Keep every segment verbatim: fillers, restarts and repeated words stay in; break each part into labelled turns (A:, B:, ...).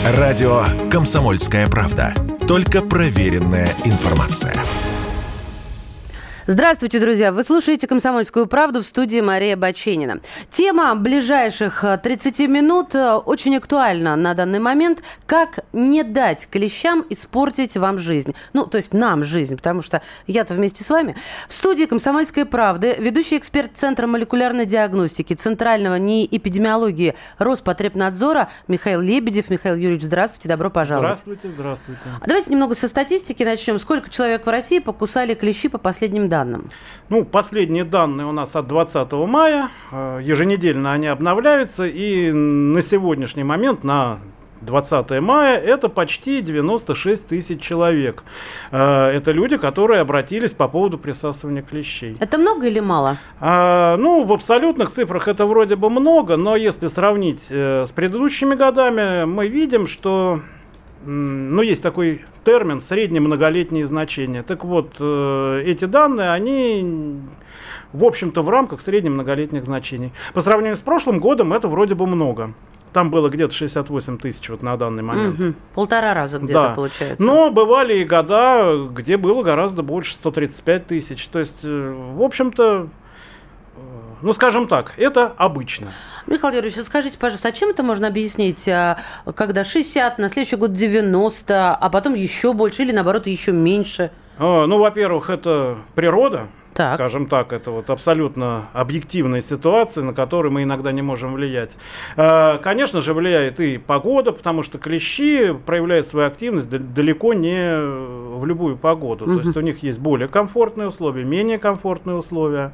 A: Радио «Комсомольская правда». Только проверенная информация.
B: Здравствуйте, друзья! Вы слушаете «Комсомольскую правду», в студии Мария Баченина. Тема ближайших тридцати минут очень актуальна на данный момент. Как не дать клещам испортить вам жизнь? Ну, то есть нам жизнь, потому что я-то вместе с вами. В студии «Комсомольской правды» ведущий эксперт Центра молекулярной диагностики, Центрального НИИ эпидемиологии Роспотребнадзора Михаил Лебедев. Михаил Юрьевич, здравствуйте, добро пожаловать.
C: Здравствуйте, здравствуйте.
B: Давайте немного со статистики начнем. Сколько человек в России покусали клещи по последним данным? Данным.
C: Ну, последние данные у нас от двадцатого мая. Еженедельно они обновляются. И на сегодняшний момент, на двадцатое мая, это почти девяносто шесть тысяч человек. Это люди, которые обратились по поводу присасывания клещей.
B: Это много или мало?
C: А, ну, в абсолютных цифрах это вроде бы много, но если сравнить э, с предыдущими годами, мы видим, что... Ну, есть такой термин «среднее многолетнее значение». Так вот, э, эти данные, они, в общем-то, в рамках средне-многолетних значений. По сравнению с прошлым годом это вроде бы много. Там было где-то шестьдесят восемь тысяч вот на данный момент.
B: Угу. Полтора раза где-то,
C: да.
B: Получается.
C: Но бывали и года, где было гораздо больше, сто тридцать пять тысяч. То есть, э, в общем-то... Ну, скажем так, это обычно.
B: Михаил Юрьевич, скажите, пожалуйста, а чем это можно объяснить, когда шестьдесят, на следующий год девяносто, а потом еще больше или, наоборот, еще меньше?
C: А, ну, во-первых, это природа,
B: так.
C: Скажем так, это вот абсолютно объективная ситуация, на которую мы иногда не можем влиять. А, конечно же, влияет и погода, потому что клещи проявляют свою активность далеко не в любую погоду. Угу. То есть у них есть более комфортные условия, менее комфортные условия.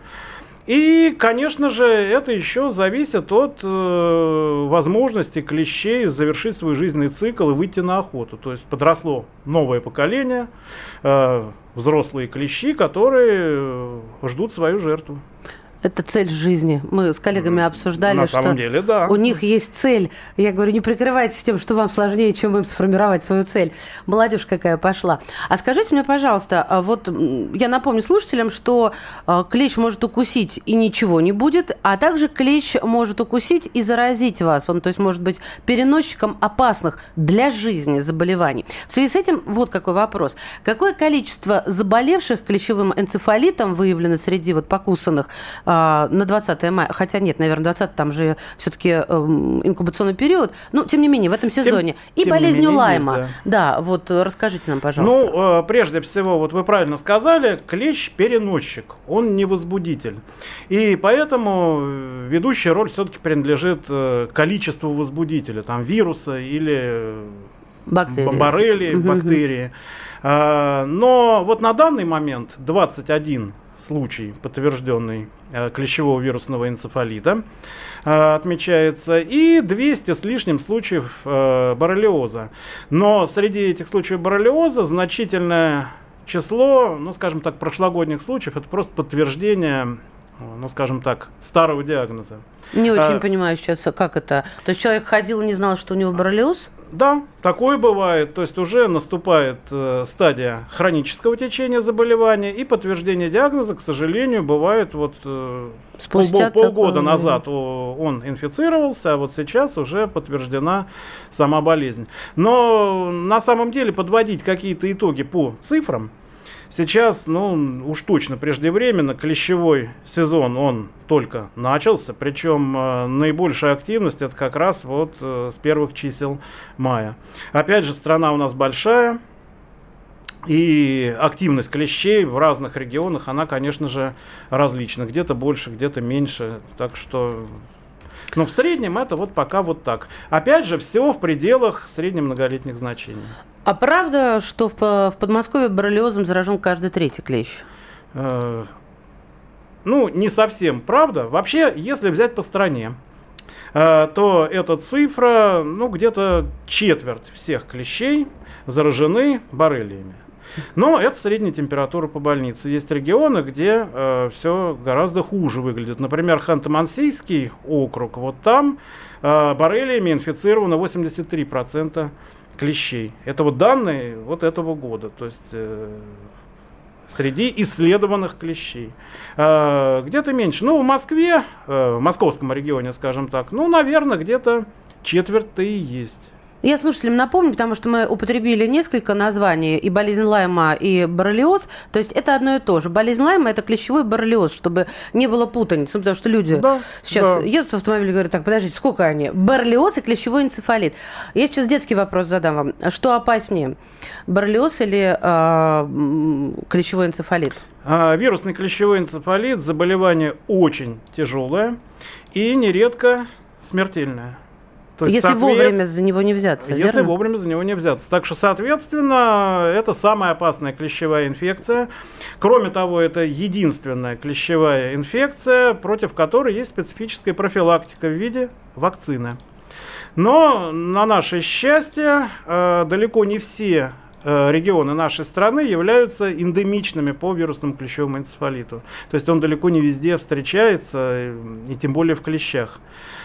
C: И, конечно же, это еще зависит от э, возможности клещей завершить свой жизненный цикл и выйти на охоту. То есть подросло новое поколение, э, взрослые клещи, которые ждут свою жертву.
B: Это цель жизни. Мы с коллегами обсуждали,
C: на
B: что
C: самом деле, да.
B: У них есть цель. Я говорю, не прикрывайтесь тем, что вам сложнее, чем им сформировать свою цель. Молодежь какая пошла. А скажите мне, пожалуйста, вот я напомню слушателям, что клещ может укусить и ничего не будет, а также клещ может укусить и заразить вас. Он, то есть, может быть переносчиком опасных для жизни заболеваний. В связи с этим вот какой вопрос. Какое количество заболевших клещевым энцефалитом выявлено среди вот покусанных на двадцатое мая, хотя нет, наверное, двадцатое там же все-таки э, инкубационный период, но тем не менее в этом сезоне. Тем, и болезнью Лайма. Есть, да. да, вот расскажите нам, пожалуйста.
C: Ну, э, прежде всего, вот вы правильно сказали, клещ переносчик, он не возбудитель. И поэтому ведущая роль все-таки принадлежит э, количеству возбудителя, там вируса или
B: бактерии.
C: боррелии, угу, бактерии. Э, но вот на данный момент двадцать один случай, подтвержденный э, клещевого вирусного энцефалита, э, отмечается, и двести с лишним случаев э, боррелиоза. Но среди этих случаев боррелиоза значительное число, ну, скажем так, прошлогодних случаев, это просто подтверждение, ну, скажем так, старого диагноза.
B: Не очень
C: а,
B: понимаю сейчас, как это. То есть человек ходил и не знал, что у него боррелиоз?
C: Да, такое бывает. То есть уже наступает э, стадия хронического течения заболевания, и подтверждение диагноза, к сожалению, бывает вот э, пол, полгода такое... назад он инфицировался, а вот сейчас уже подтверждена сама болезнь. Но на самом деле подводить какие-то итоги по цифрам сейчас, ну, уж точно преждевременно. Клещевой сезон, он только начался, причем э, наибольшая активность это как раз вот э, с первых чисел мая. Опять же, страна у нас большая, и активность клещей в разных регионах, она, конечно же, различна. Где-то больше, где-то меньше, так что... Но в среднем это вот пока вот так. Опять же, все в пределах средне-многолетних значений.
B: А правда, что в, в Подмосковье боррелиозом заражен каждый третий клещ?
C: Э, ну, не совсем правда. Вообще, если взять по стране, э, то эта цифра, ну, где-то четверть всех клещей заражены боррелиями. Но это средняя температура по больнице. Есть регионы, где э, все гораздо хуже выглядит. Например, Ханты-Мансийский округ. Вот там э, боррелиями инфицировано восемьдесят три процента клещей. Это вот данные вот этого года. То есть э, среди исследованных клещей. Э, где-то меньше. Ну, в Москве, э, в московском регионе, скажем так, ну, наверное, где-то четверть-то и есть.
B: Я слушателям напомню, потому что мы употребили несколько названий, и болезнь Лайма, и боррелиоз. То есть это одно и то же. Болезнь Лайма – это клещевой боррелиоз, чтобы не было путаницы. Потому что люди да, сейчас да. едут в автомобиле и говорят, так, подождите, сколько они? Боррелиоз и клещевой энцефалит. Я сейчас детский вопрос задам вам. Что опаснее, боррелиоз или э, клещевой энцефалит?
C: А, вирусный клещевой энцефалит – заболевание очень тяжелое и нередко смертельное.
B: То есть, если вовремя за него не взяться,
C: Если
B: верно?
C: вовремя за него не взяться. Так что, соответственно, это самая опасная клещевая инфекция. Кроме того, это единственная клещевая инфекция, против которой есть специфическая профилактика в виде вакцины. Но, на наше счастье, далеко не все регионы нашей страны являются эндемичными по вирусному клещевому энцефалиту. То есть он далеко не везде встречается, и тем более в клещах.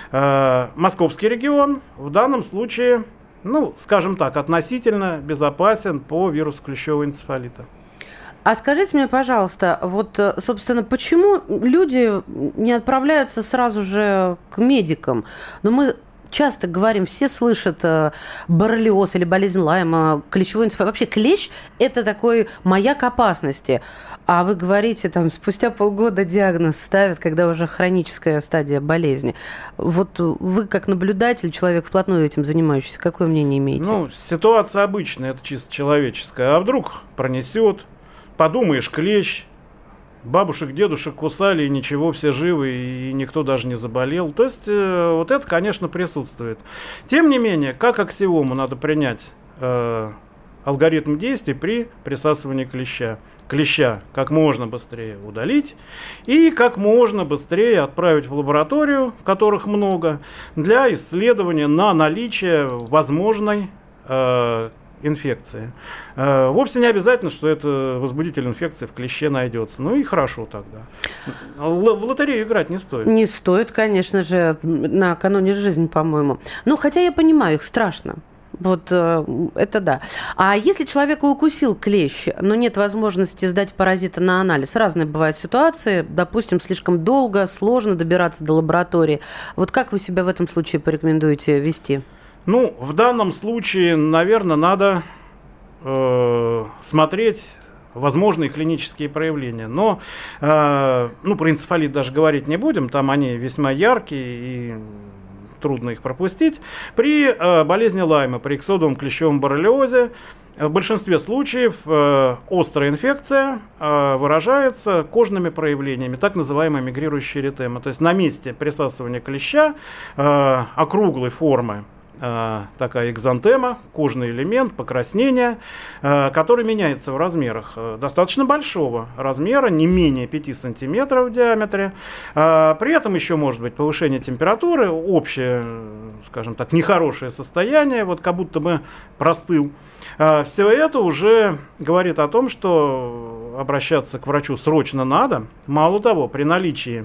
C: Московский регион в данном случае, ну, скажем так, относительно безопасен по вирусу клещевого энцефалита.
B: А скажите мне, пожалуйста, вот, собственно, почему люди не отправляются сразу же к медикам? Ну, мы часто говорим, все слышат э, боррелиоз или болезнь Лайма, клещевой энцефалит. Вообще клещ – это такой маяк опасности. А вы говорите, там, спустя полгода диагноз ставят, когда уже хроническая стадия болезни. Вот вы, как наблюдатель, человек вплотную этим занимающийся, какое мнение имеете?
C: Ну, ситуация обычная, это чисто человеческая. А вдруг пронесет, подумаешь, клещ, бабушек, дедушек кусали, и ничего, все живы, и никто даже не заболел. То есть э, вот это, конечно, присутствует. Тем не менее, как аксиому надо принять э, алгоритм действий при присасывании клеща. Клеща как можно быстрее удалить и как можно быстрее отправить в лабораторию, которых много, для исследования на наличие возможной э, инфекции. Э, вовсе не обязательно, что это возбудитель инфекции в клеще найдется. Ну и хорошо тогда. Л- в лотерею играть не стоит.
B: Не стоит, конечно же, накануне жизни, по-моему. Ну, хотя я понимаю, их страшно. Вот э, это да. А если человека укусил клещ, но нет возможности сдать паразита на анализ, разные бывают ситуации, допустим, слишком долго, сложно добираться до лаборатории. Вот как вы себя в этом случае порекомендуете вести?
C: Ну, в данном случае, наверное, надо э, смотреть возможные клинические проявления. Но э, ну, про энцефалит даже говорить не будем, там они весьма яркие и трудно их пропустить. При э, болезни Лайма, при иксодовом клещевом боррелиозе, в большинстве случаев э, острая инфекция э, выражается кожными проявлениями, так называемая мигрирующая эритема. То есть на месте присасывания клеща э, округлой формы э, такая экзантема, кожный элемент, покраснение, э, который меняется в размерах э, достаточно большого размера, не менее пяти сантиметров в диаметре. Э, при этом еще может быть повышение температуры, общее, скажем так, нехорошее состояние, вот как будто бы простыл. Э, все это уже говорит о том, что обращаться к врачу срочно надо. Мало того, при наличии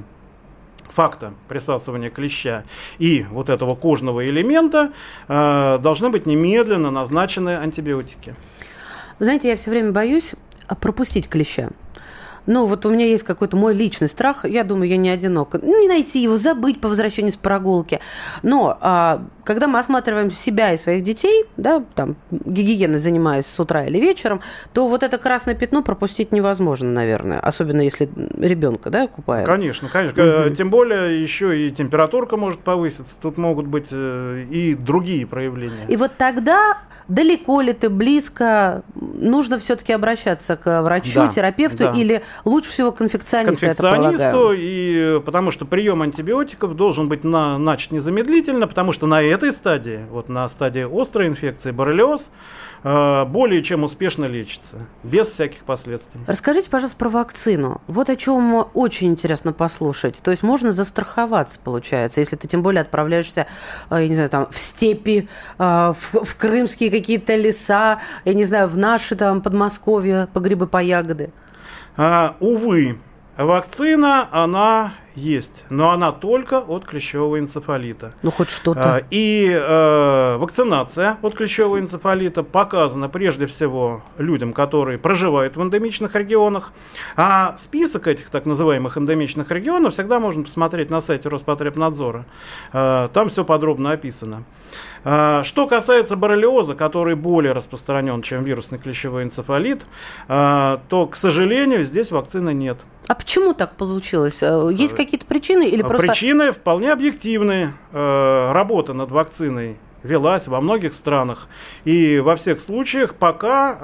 C: факта присасывания клеща и вот этого кожного элемента э, должны быть немедленно назначены антибиотики.
B: Вы знаете, я все время боюсь пропустить клеща. Ну, вот у меня есть какой-то мой личный страх, я думаю, я не одинока. Ну, не найти его, забыть по возвращению с прогулки. Но а, когда мы осматриваем себя и своих детей, да, там, гигиеной занимаясь с утра или вечером, то вот это красное пятно пропустить невозможно, наверное. Особенно если ребенка, да, купают. Конечно, конечно.
C: Mm-hmm. Тем более еще и температурка может повыситься. Тут могут быть э, и другие проявления.
B: И вот тогда далеко ли ты, близко, нужно все-таки обращаться к врачу, да, терапевту, да, или лучше всего к инфекционисту, я так полагаю.
C: Конфекционисту, и потому что прием антибиотиков должен быть на, начат незамедлительно, потому что на этой стадии, вот на стадии острой инфекции, боррелиоз, э, более чем успешно лечится, без всяких последствий.
B: Расскажите, пожалуйста, про вакцину. Вот о чем очень интересно послушать. То есть можно застраховаться, получается, если ты тем более отправляешься, э, я не знаю, там, в степи, э, в, в крымские какие-то леса, я не знаю, в наши там Подмосковье, по грибы, по ягоды.
C: А, увы, вакцина, она есть, но она только от клещевого энцефалита.
B: Ну, хоть что-то.
C: А, и э, вакцинация от клещевого энцефалита показана прежде всего людям, которые проживают в эндемичных регионах. А список этих так называемых эндемичных регионов всегда можно посмотреть на сайте Роспотребнадзора. Э, там все подробно описано. Что касается боррелиоза, который более распространен, чем вирусный клещевой энцефалит, то, к сожалению, здесь вакцины нет.
B: А почему так получилось? Есть какие-то причины или просто...
C: Причины вполне объективные. Работа над вакциной велась во многих странах. И во всех случаях пока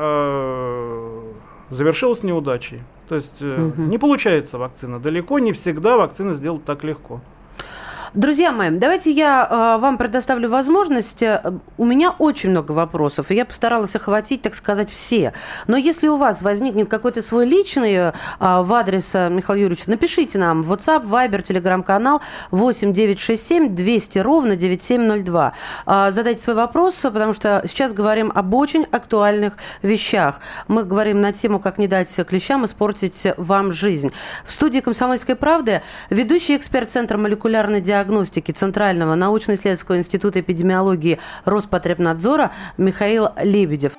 C: завершилась неудачей. То есть угу. не получается вакцина. Далеко не всегда вакцина сделать так легко.
B: Друзья мои, давайте я э, вам предоставлю возможность. У меня очень много вопросов, и я постаралась охватить, так сказать, все. Но если у вас возникнет какой-то свой личный э, в адрес Михаила Юрьевича, напишите нам в WhatsApp, Viber, Telegram-канал восемь девятьсот шестьдесят семь двести ровно девяносто семь ноль два. Э, задайте свой вопрос, потому что сейчас говорим об очень актуальных вещах. Мы говорим на тему, как не дать клещам испортить вам жизнь. В студии «Комсомольской правды» ведущий эксперт Центра молекулярной диагностики диагностики Центрального научно-исследовательского института эпидемиологии Роспотребнадзора Михаил Лебедев.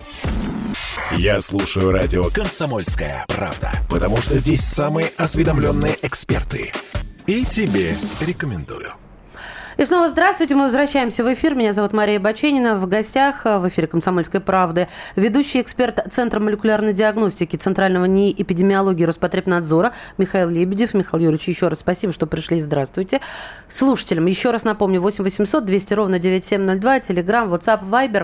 A: Я слушаю радио «Комсомольская правда», потому что здесь самые осведомленные эксперты. И тебе рекомендую.
B: И снова здравствуйте, мы возвращаемся в эфир. Меня зовут Мария Баченина. В гостях в эфире «Комсомольской правды» ведущий эксперт Центра молекулярной диагностики Центрального НИИ эпидемиологии Роспотребнадзора Михаил Лебедев. Михаил Юрьевич, еще раз спасибо, что пришли. Здравствуйте. Слушателям еще раз напомню, восемь восемьсот двести ровно девяносто семь ноль два, Телеграм, WhatsApp, Viber.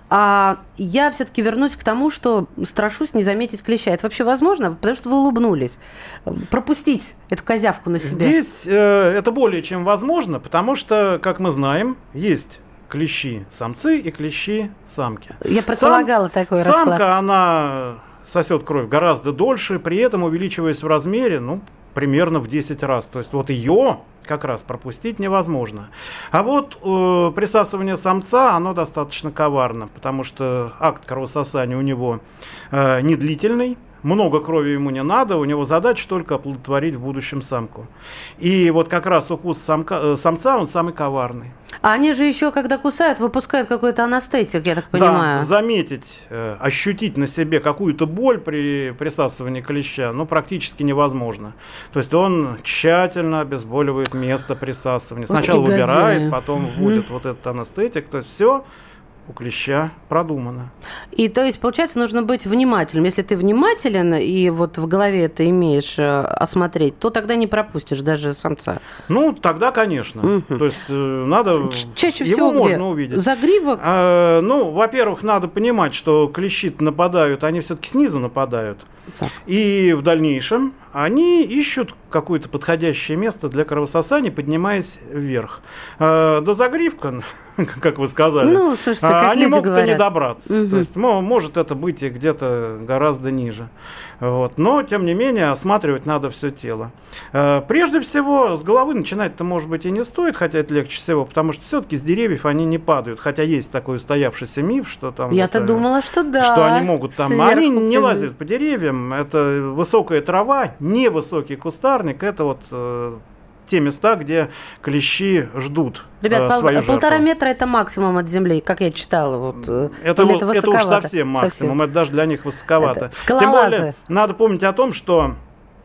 B: А я все-таки вернусь к тому, что страшусь не заметить клеща. Это вообще возможно? Потому что вы улыбнулись. Пропустить эту козявку на себе.
C: Здесь э, это более чем возможно, потому что, как мы знаем, есть клещи-самцы и клещи-самки.
B: Я предполагала Сам, такой расклад.
C: Самка, она сосет кровь гораздо дольше, при этом увеличиваясь в размере, ну, примерно в десять раз. То есть вот ее как раз пропустить невозможно. А вот э, присасывание самца, оно достаточно коварно, потому что акт кровососания у него э, недлительный. Много крови ему не надо, у него задача только оплодотворить в будущем самку. И вот как раз укус самка, самца, он самый коварный.
B: А они же еще, когда кусают, выпускают какой-то анестетик, я так понимаю.
C: Да, заметить, э, ощутить на себе какую-то боль при присасывании клеща, ну, практически невозможно. То есть он тщательно обезболивает место присасывания. Сначала вот выбирает, потом вводит mm-hmm. вот этот анестетик, то есть все у клеща продумано.
B: И то есть, получается, нужно быть внимательным. Если ты внимателен и вот в голове это имеешь э, осмотреть, то тогда не пропустишь даже самца.
C: Ну, тогда, конечно. Угу. То есть, э, надо...
B: Чаще
C: его
B: всего
C: можно
B: где?
C: увидеть.
B: Загривок?
C: А, ну, во-первых, надо понимать, что клещи нападают, они все-таки снизу нападают. Так. И в дальнейшем они ищут какое-то подходящее место для кровососания, поднимаясь вверх. А, до загривка, как вы сказали,
B: ну, слушайте, как
C: они могут
B: говорят.
C: и не добраться.
B: Угу.
C: То есть, может это быть и где-то гораздо ниже. Вот. Но, тем не менее, осматривать надо все тело. А, прежде всего, с головы начинать-то, может быть, и не стоит, хотя это легче всего, потому что все-таки с деревьев они не падают. Хотя есть такой устоявшийся миф, что там...
B: Я-то
C: вот,
B: думала, что да.
C: Что они могут там...
B: Сверху
C: они не
B: прям...
C: лазят по деревьям. Это высокая трава, невысокий кустарник. Это вот э, те места, где клещи ждут
B: Ребят,
C: э,
B: пол-
C: свою жертву.
B: полтора метра – это максимум от земли, как я читала. Вот.
C: Это,
B: Или
C: вот,
B: это,
C: это уж совсем максимум. Совсем. Это даже для них высоковато. Тем более, надо помнить о том, что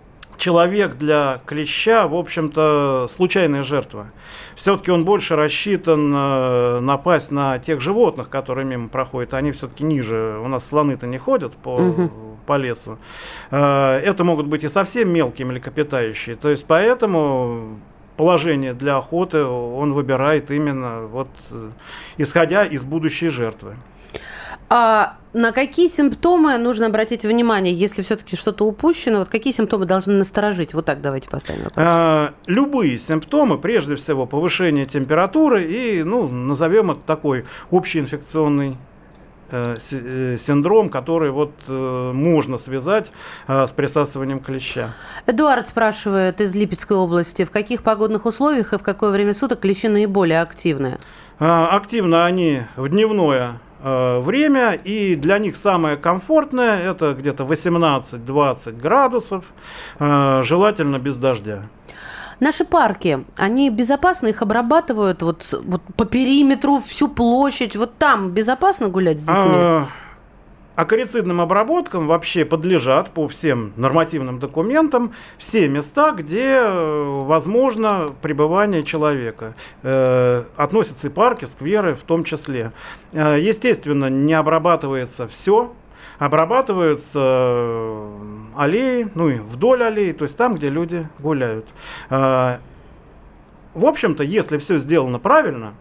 C: человек для клеща, в общем-то, случайная жертва. Все-таки он больше рассчитан э, напасть на тех животных, которые мимо проходят. Они все-таки ниже. У нас слоны-то не ходят по, угу. по лесу. Э, это могут быть и совсем мелкие млекопитающие. То есть поэтому положение для охоты он выбирает именно вот, э, исходя из будущей жертвы.
B: А на какие симптомы нужно обратить внимание, если все-таки что-то упущено? Вот какие симптомы должны насторожить? Вот так давайте поставим вопрос.
C: А, любые симптомы, прежде всего, повышение температуры и, ну, назовем это такой общий инфекционный э, э, синдром, который вот э, можно связать э, с присасыванием клеща.
B: Эдуард спрашивает из Липецкой области, в каких погодных условиях и в какое время суток клещи наиболее активны?
C: А, активно они в дневное время, и для них самое комфортное это где-то восемнадцать-двадцать градусов, желательно без дождя.
B: Наши парки, они безопасно их обрабатывают вот, вот по периметру, всю площадь, вот там безопасно гулять с детьми?
C: А, акарицидным обработкам вообще подлежат по всем нормативным документам все места, где возможно пребывание человека. Э, относятся и парки, скверы в том числе. Э, естественно, не обрабатывается все. Обрабатываются аллеи, ну и вдоль аллеи, то есть там, где люди гуляют. Э, в общем-то, если все сделано правильно,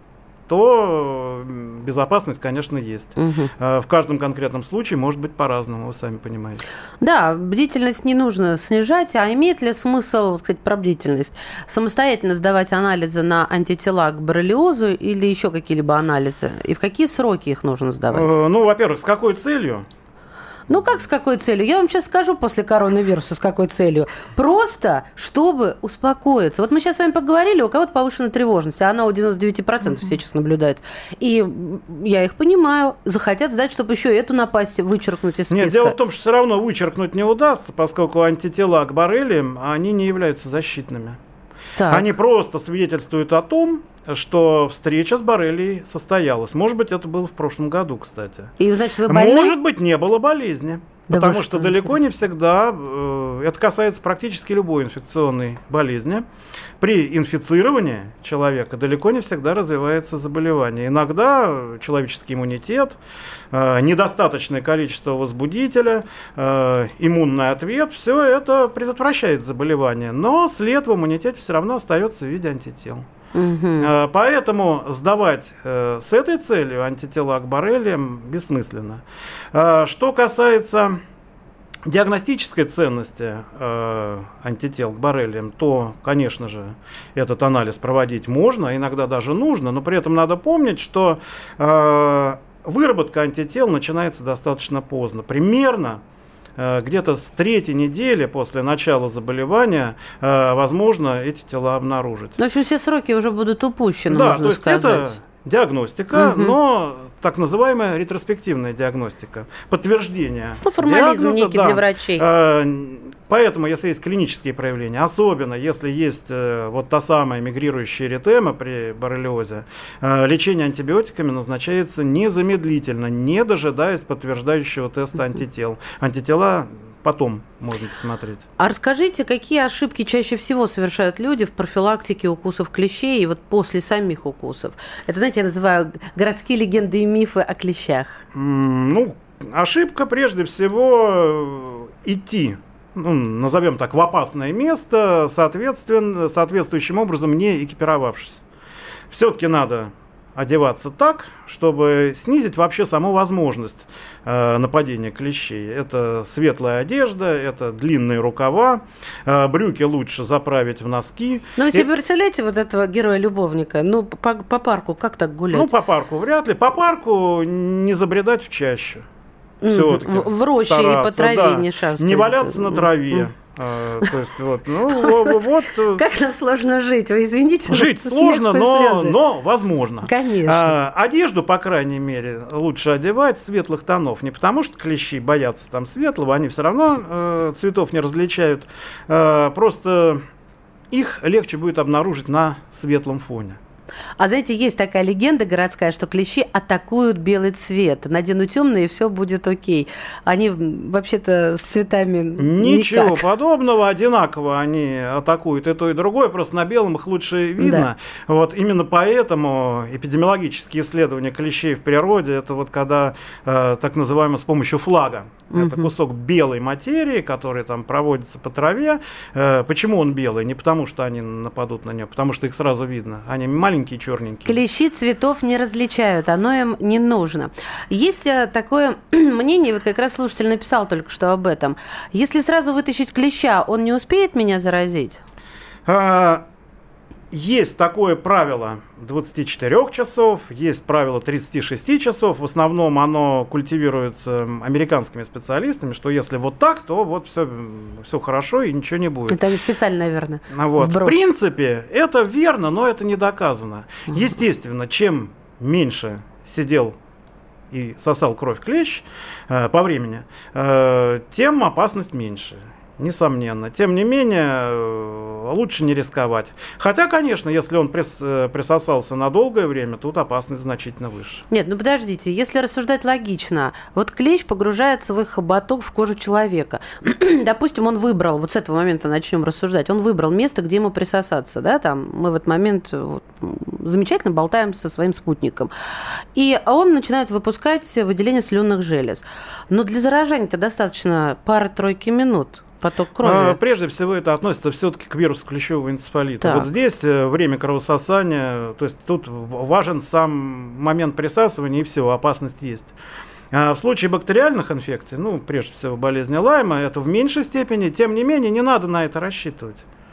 C: то безопасность, конечно, есть. Угу. В каждом конкретном случае может быть по-разному, вы сами понимаете.
B: Да, бдительность не нужно снижать, а имеет ли смысл, так сказать, про бдительность, самостоятельно сдавать анализы на антитела к боррелиозу или еще какие-либо анализы? И в какие сроки их нужно сдавать?
C: Ну, во-первых, с какой целью?
B: Ну как с какой целью? Я вам сейчас скажу после коронавируса, с какой целью. Просто, чтобы успокоиться. Вот мы сейчас с вами поговорили, у кого-то повышенная тревожность, а она у девяносто девять процентов mm-hmm. сейчас наблюдается. И я их понимаю. Захотят сдать, чтобы еще эту напасть вычеркнуть из списка.
C: Нет, дело в том, что все равно вычеркнуть не удастся, поскольку антитела к боррелиям, они не являются защитными. Так. Они просто свидетельствуют о том, что встреча с боррелией состоялась. Может быть, это было в прошлом году, кстати.
B: И, значит, вы больны?
C: Может быть, не было болезни. Да потому что, что далеко не всегда, э, это касается практически любой инфекционной болезни, при инфицировании человека далеко не всегда развивается заболевание. Иногда человеческий иммунитет, э, недостаточное количество возбудителя, э, иммунный ответ, все это предотвращает заболевание. Но след в иммунитете все равно остается в виде антител. Угу. Поэтому сдавать э, с этой целью антитела к боррелиям бессмысленно. Э, что касается диагностической ценности э, антител к боррелиям, то, конечно же, этот анализ проводить можно, иногда даже нужно, но при этом надо помнить, что э, выработка антител начинается достаточно поздно. Примерно где-то с третьей недели после начала заболевания э, возможно эти тела обнаружить.
B: В общем, все сроки уже будут упущены,
C: да,
B: можно
C: то есть
B: сказать.
C: Это диагностика, угу. но так называемая ретроспективная диагностика, подтверждение.
B: Ну, формализм
C: диагноза,
B: некий
C: да.
B: для врачей.
C: Э, поэтому, если есть клинические проявления, особенно если есть э, вот та самая мигрирующая эритема при боррелиозе, э, лечение антибиотиками назначается незамедлительно, не дожидаясь подтверждающего теста антител. Антитела потом можно посмотреть.
B: А расскажите, какие ошибки чаще всего совершают люди в профилактике укусов клещей и вот после самих укусов? Это, знаете, я называю городские легенды и мифы о клещах.
C: Mm, ну, ошибка прежде всего идти, ну, назовем так, в опасное место, соответственно, соответствующим образом не экипировавшись. Все-таки надо одеваться так, чтобы снизить вообще саму возможность э, нападения клещей. Это светлая одежда, это длинные рукава, э, брюки лучше заправить в носки.
B: Но вы себе И... представляете вот этого героя-любовника? Ну, по, по парку как так гулять?
C: Ну, по парку вряд ли. По парку не забредать в чащу. Mm,
B: в, в роще стараться, и по траве да. не шастать.
C: Не валяться на траве. Mm. А, то есть, вот, ну, вот,
B: как нам сложно жить? Вы извините.
C: Жить сложно, но, но возможно.
B: Конечно.
C: А, одежду, по крайней мере, лучше одевать светлых тонов. Не потому, что клещи боятся там светлого, они все равно э, цветов не различают. Э, просто их легче будет обнаружить на светлом фоне.
B: А знаете, есть такая легенда городская, что клещи атакуют белый цвет. Надену темный, и все будет окей. Они вообще-то с цветами
C: ничего
B: никак.
C: подобного, одинаково они атакуют и то, и другое, просто на белом их лучше видно. Да. Вот именно поэтому эпидемиологические исследования клещей в природе, это вот когда э, так называемо с помощью флага. Угу. Это кусок белой материи, который там проводится по траве. Э, почему он белый? Не потому, что они нападут на него, потому что их сразу видно. Они маленькие, черненькие.
B: Клещи цветов не различают, оно им не нужно. Есть такое мнение, вот как раз слушатель написал только что об этом. Если сразу вытащить клеща, он не успеет меня заразить?
C: А, есть такое правило двадцать четыре часов, есть правило тридцать шесть часов. В основном оно культивируется американскими специалистами, что если вот так, то вот все, все хорошо и ничего не будет.
B: Это не специально, наверное.
C: Вот. В принципе, это верно, но это не доказано. Uh-huh. Естественно, чем меньше сидел и сосал кровь клещ э, по времени, э, тем опасность меньше. несомненно. Тем не менее, лучше не рисковать. Хотя, конечно, если он прис, присосался на долгое время, тут опасность значительно выше.
B: Нет, ну подождите, если рассуждать логично, вот клещ погружается в их хоботок, в кожу человека. Допустим, он выбрал, вот с этого момента начнем рассуждать, он выбрал место, где ему присосаться, да, там мы в этот момент вот, замечательно болтаем со своим спутником. И он начинает выпускать выделение слюнных желез. Но для заражения-то достаточно пары-тройки минут. Поток крови.
C: Прежде всего это относится все-таки к вирусу клещевого энцефалита. Так. Вот здесь время кровососания, то есть тут важен сам момент присасывания, и все, опасность есть. А в случае бактериальных инфекций, ну, прежде всего болезни Лайма, это в меньшей степени, тем не менее, не надо на это рассчитывать.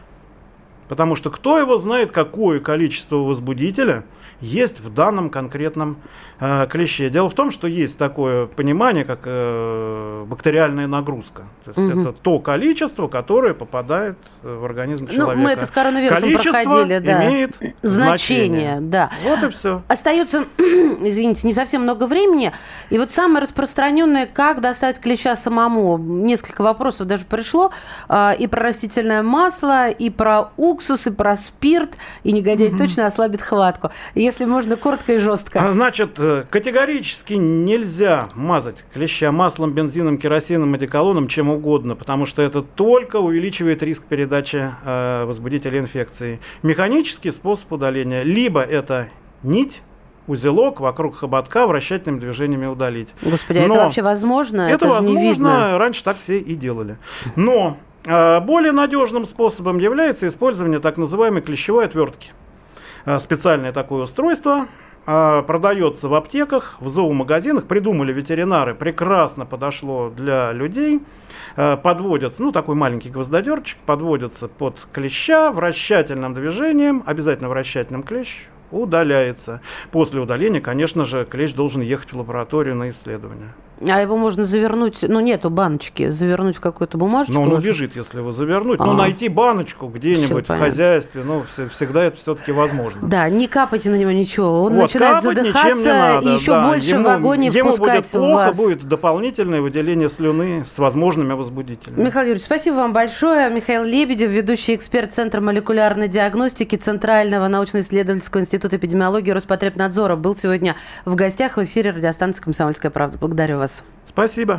C: Потому что кто его знает, какое количество возбудителя есть в данном конкретном э, клеще. Дело в том, что есть такое понимание, как э, бактериальная нагрузка. То есть угу. это то количество, которое попадает в организм человека.
B: Ну, мы это с коронавирусом
C: количество
B: проходили, да.
C: имеет значение.
B: значение. Да.
C: Вот и все.
B: Остается, извините, не совсем много времени. И вот самое распространенное, как достать клеща самому. Несколько вопросов даже пришло. И про растительное масло, и про уксус, и про спирт. И негодяй угу. точно ослабит хватку. Если можно, коротко и жестко.
C: Значит, категорически нельзя мазать клеща маслом, бензином, керосином, одеколоном, чем угодно, потому что это только увеличивает риск передачи э, возбудителя инфекции. Механический способ удаления. Либо это нить, узелок вокруг хоботка вращательными движениями удалить.
B: Господи, а это вообще возможно?
C: Это, это возможно. Не видно. Раньше так все и делали. Но э, более надежным способом является использование так называемой клещевой отвертки. Специальное такое устройство а, продается в аптеках, в зоомагазинах. Придумали ветеринары, прекрасно подошло для людей. А, подводится, ну такой маленький гвоздодерчик, подводится под клеща вращательным движением, обязательно вращательным клещ удаляется. После удаления, конечно же, клещ должен ехать в лабораторию на исследование.
B: А его можно завернуть, ну нету баночки, завернуть в какую-то бумажечку?
C: Но он можно? Убежит, если его завернуть. А-а-а. Ну, найти баночку где-нибудь в хозяйстве, ну, всегда это все-таки возможно.
B: Да, не капайте на него ничего, он
C: вот,
B: начинает задыхаться
C: надо,
B: и еще
C: да.
B: больше
C: ему,
B: в вагоне
C: ему
B: впускать
C: будет плохо,
B: в вас.
C: Будет дополнительное выделение слюны с возможными возбудителями.
B: Михаил Юрьевич, спасибо вам большое. Михаил Лебедев, ведущий эксперт Центра молекулярной диагностики Центрального научно-исследовательского института эпидемиологии Роспотребнадзора, был сегодня в гостях в эфире радиостанции «Комсомольская правда». Благодарю вас.
C: Спасибо.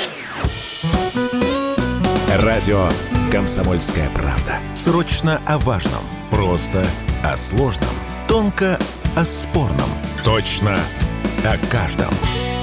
A: Радио «Комсомольская правда». Срочно о важном. Просто о сложном. Тонко о спорном. Точно о каждом.